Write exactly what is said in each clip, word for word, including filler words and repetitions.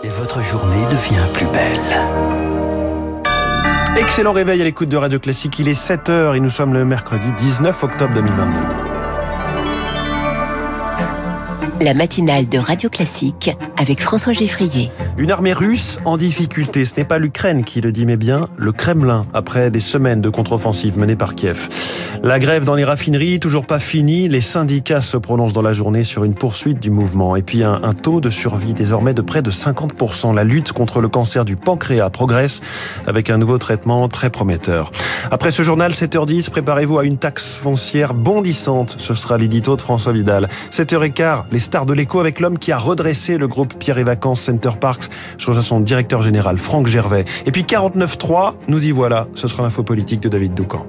et votre journée devient plus belle. Excellent réveil à l'écoute de Radio Classique, il est sept heures et nous sommes le mercredi dix-neuf octobre deux mille vingt-deux. La matinale de Radio Classique avec François Geffrier. Une armée russe en difficulté, ce n'est pas l'Ukraine qui le dit mais bien le Kremlin, après des semaines de contre-offensive menée par Kiev. La grève dans les raffineries, toujours pas finie, les syndicats se prononcent dans la journée sur une poursuite du mouvement. Et puis un, un taux de survie désormais de près de cinquante pour cent. La lutte contre le cancer du pancréas progresse avec un nouveau traitement très prometteur. Après ce journal, sept heures dix, préparez-vous à une taxe foncière bondissante. Ce sera l'édito de François Vidal. sept heures quinze, les stars de l'écho avec l'homme qui a redressé le groupe Pierre et Vacances Center Parcs. Je rejoins son directeur général, Franck Gervais. Et puis quarante-neuf trois, nous y voilà. Ce sera l'info politique de David Doucan.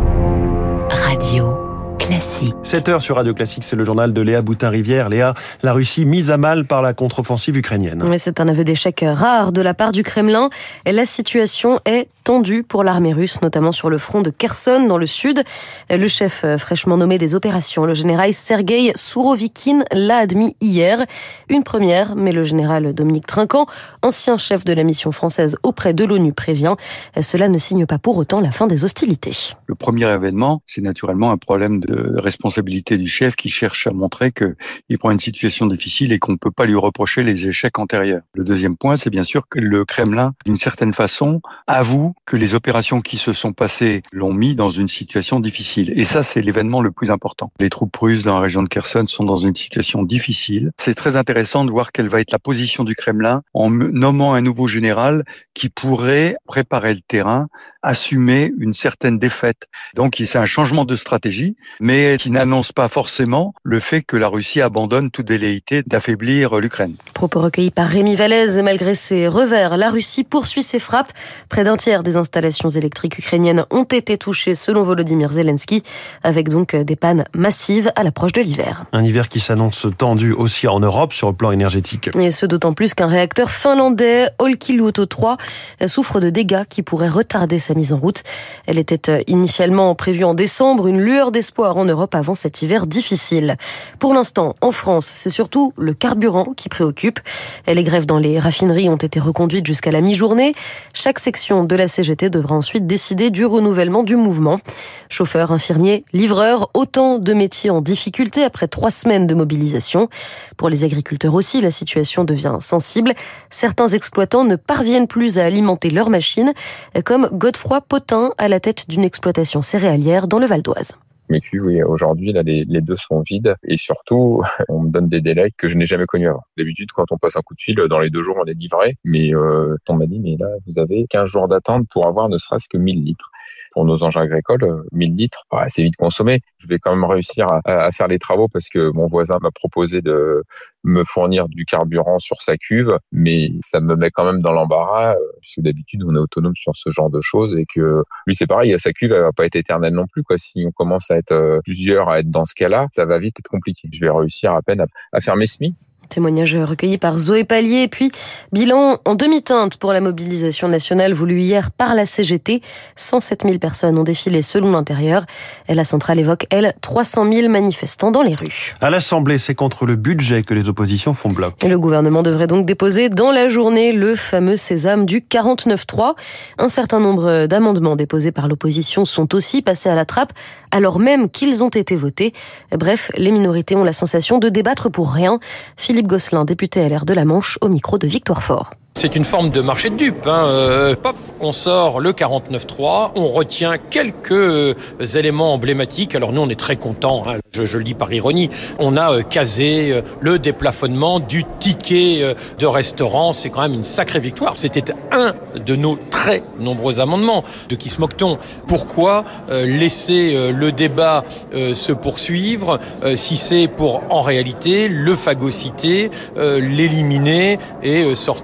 Radio Classique. sept heures sur Radio Classique, c'est le journal de Léa Boutin-Rivière. Léa, la Russie mise à mal par la contre-offensive ukrainienne. Oui, c'est un aveu d'échec rare de la part du Kremlin. Et la situation est tendue pour l'armée russe, notamment sur le front de Kherson, dans le sud. Le chef fraîchement nommé des opérations, le général Sergueï Sourovikine, l'a admis hier. Une première, mais le général Dominique Trinquant, ancien chef de la mission française auprès de l'ONU, prévient. Cela ne signe pas pour autant la fin des hostilités. Le premier événement, c'est naturellement un problème de responsabilité du chef qui cherche à montrer qu'il prend une situation difficile et qu'on ne peut pas lui reprocher les échecs antérieurs. Le deuxième point, c'est bien sûr que le Kremlin, d'une certaine façon, avoue que les opérations qui se sont passées l'ont mis dans une situation difficile. Et ça, c'est l'événement le plus important. Les troupes russes dans la région de Kherson sont dans une situation difficile. C'est très intéressant de voir quelle va être la position du Kremlin en nommant un nouveau général qui pourrait préparer le terrain, assumer une certaine défaite. Donc, c'est un changement de stratégie, mais qui n'annonce pas forcément le fait que la Russie abandonne toute velléité d'affaiblir l'Ukraine. Propos recueillis par Rémi Vallès. Et malgré ses revers, la Russie poursuit ses frappes. Près d'un tiers des installations électriques ukrainiennes ont été touchées selon Volodymyr Zelensky, avec donc des pannes massives à l'approche de l'hiver. Un hiver qui s'annonce tendu aussi en Europe sur le plan énergétique. Et ce d'autant plus qu'un réacteur finlandais, Olkiluoto trois, souffre de dégâts qui pourraient retarder sa mise en route. Elle était initialement prévue en décembre, une lueur d'espoir en Europe avant cet hiver difficile. Pour l'instant, en France, c'est surtout le carburant qui préoccupe. Les grèves dans les raffineries ont été reconduites jusqu'à la mi-journée. Chaque section de la C G T devra ensuite décider du renouvellement du mouvement. Chauffeurs, infirmiers, livreurs, autant de métiers en difficulté après trois semaines de mobilisation. Pour les agriculteurs aussi, la situation devient sensible. Certains exploitants ne parviennent plus à alimenter leurs machines, comme Godefroy Potin à la tête d'une exploitation céréalière dans le Val d'Oise. Mes cuves, oui, aujourd'hui, là, les, les deux sont vides. Et surtout, on me donne des délais que je n'ai jamais connus avant. D'habitude, quand on passe un coup de fil, dans les deux jours, on est livré. Mais euh, on m'a dit, mais là, vous avez quinze jours d'attente pour avoir ne serait-ce que mille litres. Pour nos engins agricoles, mille litres, bah, c'est vite consommé. Je vais quand même réussir à, à faire les travaux parce que mon voisin m'a proposé de me fournir du carburant sur sa cuve, mais ça me met quand même dans l'embarras, puisque d'habitude on est autonome sur ce genre de choses et que lui c'est pareil, sa cuve elle va pas être éternelle non plus, quoi. Si on commence à être plusieurs à être dans ce cas-là, ça va vite être compliqué. Je vais réussir à peine à, à faire mes semis. Témoignage recueilli par Zoé Pallier. Et puis, bilan en demi-teinte pour la mobilisation nationale voulue hier par la C G T. cent sept mille personnes ont défilé selon l'intérieur. Et la centrale évoque, elle, trois cent mille manifestants dans les rues. À l'Assemblée, c'est contre le budget que les oppositions font bloc. Et le gouvernement devrait donc déposer dans la journée le fameux sésame du quarante-neuf trois. Un certain nombre d'amendements déposés par l'opposition sont aussi passés à la trappe, alors même qu'ils ont été votés. Bref, les minorités ont la sensation de débattre pour rien. Philippe Gosselin, député L R de la Manche, au micro de Victoire Fort. C'est une forme de marché de dupes. Hein. Euh, paf, on sort le quarante-neuf trois, on retient quelques euh, éléments emblématiques. Alors nous, on est très contents, hein. je, je le dis par ironie. On a euh, casé euh, le déplafonnement du ticket euh, de restaurant. C'est quand même une sacrée victoire. C'était un de nos très nombreux amendements. De qui se moque-t-on ? Pourquoi euh, laisser euh, le débat euh, se poursuivre euh, si c'est pour, en réalité, le phagocyter, euh, l'éliminer et euh, sortir euh,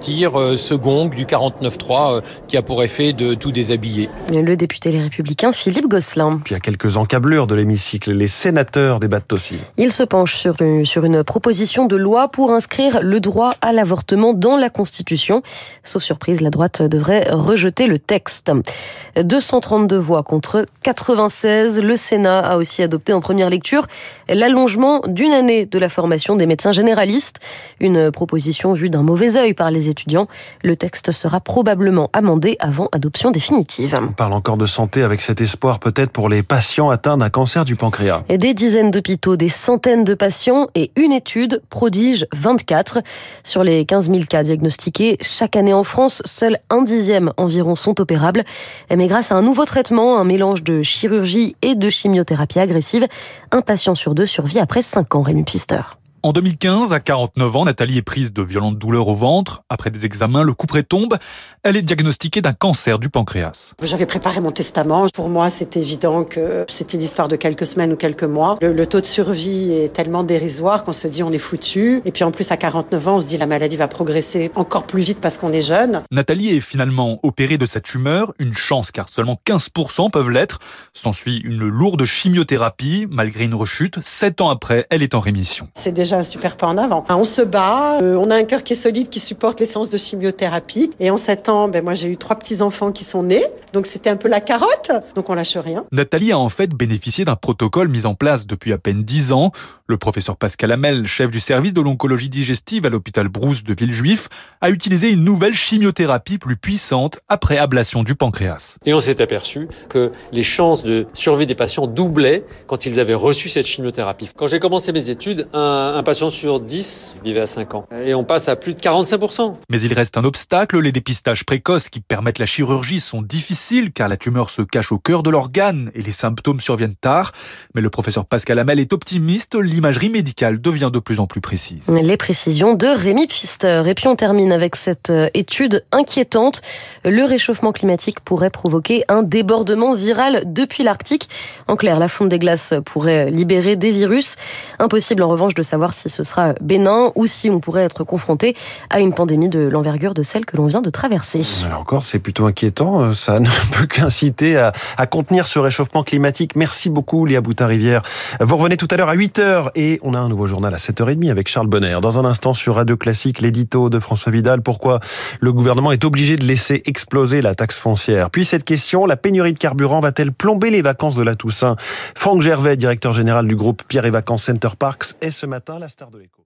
euh, ce gong du quarante-neuf trois euh, qui a pour effet de tout déshabiller. Le député Les Républicains, Philippe Gosselin. Puis il y a quelques encablures de l'hémicycle. Les sénateurs débattent aussi. Il se penche sur, sur une proposition de loi pour inscrire le droit à l'avortement dans la Constitution. Sauf surprise, la droite devrait rejeter le texte. deux cent trente-deux voix contre quatre-vingt-seize. Le Sénat a aussi adopté en première lecture l'allongement d'une année de la formation des médecins généralistes. Une proposition vue d'un mauvais œil par les étudiants. Le texte sera probablement amendé avant adoption définitive. On parle encore de santé avec cet espoir peut-être pour les patients atteints d'un cancer du pancréas. Et des dizaines d'hôpitaux, des centaines de patients et une étude prodige vingt-quatre. Sur les quinze mille cas diagnostiqués chaque année en France, seul un dixième environ sont opérables. Mais grâce à un nouveau traitement, un mélange de chirurgie et de chimiothérapie agressive, un patient sur deux survit après cinq ans, Rémi Pfister. En deux mille quinze, à quarante-neuf ans, Nathalie est prise de violentes douleurs au ventre. Après des examens, le couperet tombe. Elle est diagnostiquée d'un cancer du pancréas. J'avais préparé mon testament. Pour moi, c'était évident que c'était l'histoire de quelques semaines ou quelques mois. Le, le taux de survie est tellement dérisoire qu'on se dit on est foutu. Et puis en plus, à quarante-neuf ans, on se dit la maladie va progresser encore plus vite parce qu'on est jeune. Nathalie est finalement opérée de cette tumeur. Une chance car seulement quinze pour cent peuvent l'être. S'ensuit une lourde chimiothérapie. Malgré une rechute, sept ans après, elle est en rémission. C'est déjà un super pas en avant. On se bat, euh, on a un cœur qui est solide, qui supporte les séances de chimiothérapie. Et en sept ans, ben moi j'ai eu trois petits-enfants qui sont nés. Donc c'était un peu la carotte, donc on lâche rien. Nathalie a en fait bénéficié d'un protocole mis en place depuis à peine dix ans. Le professeur Pascal Hamel, chef du service de l'oncologie digestive à l'hôpital Brousse de Villejuif, a utilisé une nouvelle chimiothérapie plus puissante après ablation du pancréas. Et on s'est aperçu que les chances de survie des patients doublaient quand ils avaient reçu cette chimiothérapie. Quand j'ai commencé mes études, un, un patient sur dix vivait à cinq ans. Et on passe à plus de quarante-cinq pour cent. Mais il reste un obstacle. Les dépistages précoces qui permettent la chirurgie sont difficiles car la tumeur se cache au cœur de l'organe et les symptômes surviennent tard. Mais le professeur Pascal Hamel est optimiste. L'imagerie médicale devient de plus en plus précise. Les précisions de Rémi Pfister. Et puis on termine avec cette étude inquiétante. Le réchauffement climatique pourrait provoquer un débordement viral depuis l'Arctique. En clair, la fonte des glaces pourrait libérer des virus. Impossible en revanche de savoir si ce sera bénin ou si on pourrait être confronté à une pandémie de l'envergure de celle que l'on vient de traverser. Alors encore, c'est plutôt inquiétant. Ça ne peut qu'inciter à, à contenir ce réchauffement climatique. Merci beaucoup, Léa Boutin-Rivière. Vous revenez tout à l'heure à huit heures et on a un nouveau journal à sept heures trente avec Charles Bonner. Dans un instant sur Radio Classique, l'édito de François Vidal. Pourquoi le gouvernement est obligé de laisser exploser la taxe foncière? Puis cette question, la pénurie de carburant va-t-elle plomber les vacances de la Toussaint? Franck Gervais, directeur général du groupe Pierre et Vacances Center Parks, est ce matin la star de l'écho.